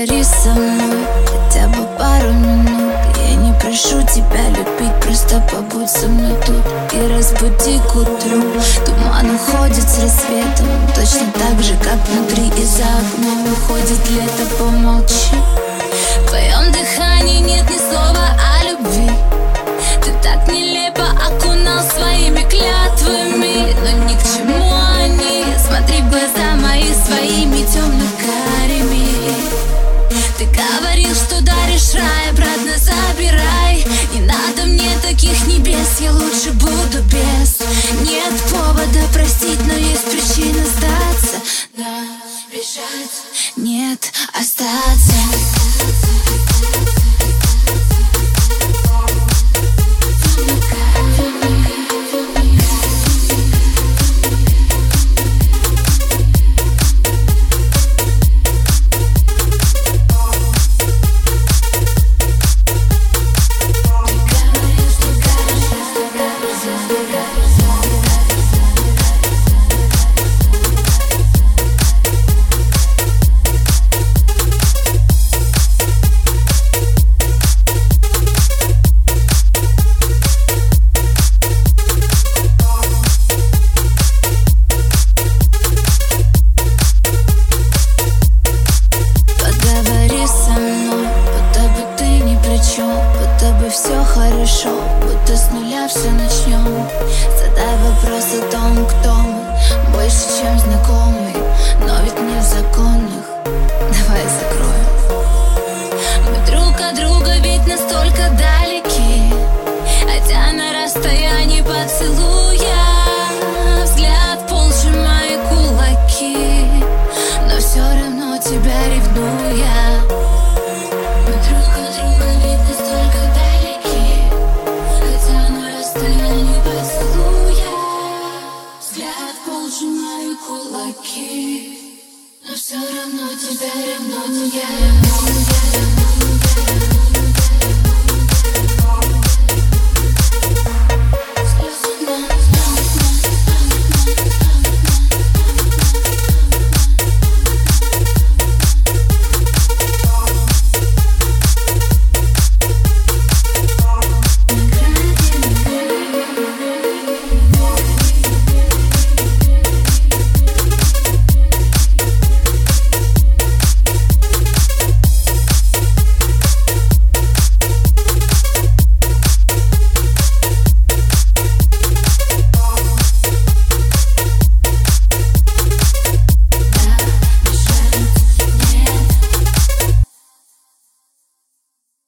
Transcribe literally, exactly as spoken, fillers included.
Поговори со мной хотя бы пару минут. Я не прошу тебя любить, просто побудь со мной тут и разбуди к утру. Туман уходит с рассветом, точно так же, как внутри и за окном уходит лето. Помолчи, в твоем дыхании нет ни слова о любви. Ты так нелепо окунал своими клятвами, но ни к чему они. Смотри в глаза мои своими темно-карими. Ты говорил, что даришь рай, обратно забирай. Не надо мне таких небес, я лучше буду без. Нет повода простить, но есть причина сдаться. Да, бежать, нет, остаться. Будто бы все хорошо, будто с нуля все начнем. Задай вопрос о том, кто мы, больше, чем знакомый, но ведь не в законных. Давай закроем. Мы друг от друга ведь настолько далеки, хотя на расстоянии поцелуя. Взгляд пол сжимая кулаки, но все равно тебя ревную я. Сжимаю кулаки, но все равно тебя ревную я.